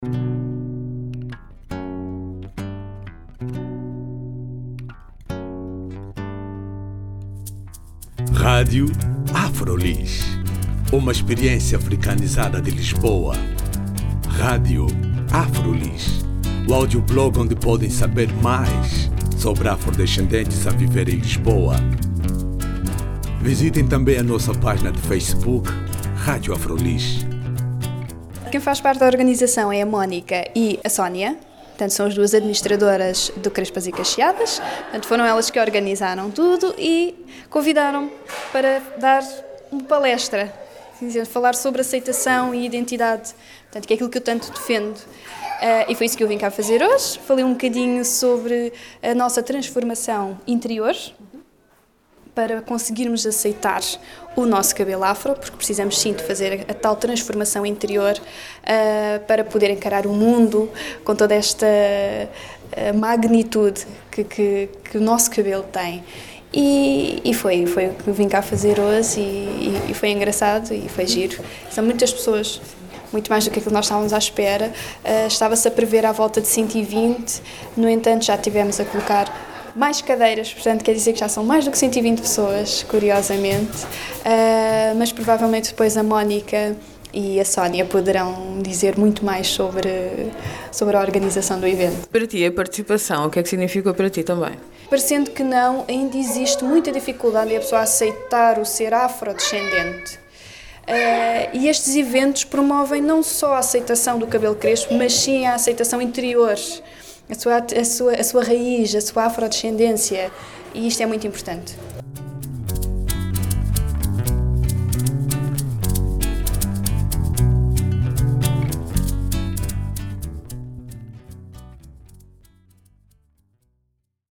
Rádio Afrolis, uma experiência africanizada de Lisboa. Rádio Afrolis, o audioblog onde podem saber mais sobre afrodescendentes a viver em Lisboa. Visitem também a nossa página de Facebook, Rádio Afrolis. Quem faz parte da organização é a Mónica e a Sónia. Portanto, são as duas administradoras do Crespas e Cacheadas. Portanto, foram elas que organizaram tudo e convidaram-me para dar uma palestra, falar sobre aceitação e identidade, portanto, que é aquilo que eu tanto defendo. E foi isso que eu vim cá fazer hoje. Falei um bocadinho sobre a nossa transformação interior, para conseguirmos aceitar o nosso cabelo afro, porque precisamos sim de fazer a tal transformação interior para poder encarar o mundo com toda esta magnitude que o nosso cabelo tem. E foi o que eu vim cá fazer hoje e foi engraçado e foi giro. São muitas pessoas, muito mais do que aquilo que nós estávamos à espera. Estava-se a prever à volta de 120, no entanto já tivemos a colocar mais cadeiras, portanto quer dizer que já são mais do que 120 pessoas, curiosamente, mas provavelmente depois a Mónica e a Sónia poderão dizer muito mais sobre a organização do evento. Para ti, a participação, o que é que significou para ti também? Parecendo que não, ainda existe muita dificuldade em a pessoa aceitar o ser afrodescendente. E estes eventos promovem não só a aceitação do cabelo crespo, mas sim a aceitação interior, a sua raiz, a sua afrodescendência, e isto é muito importante.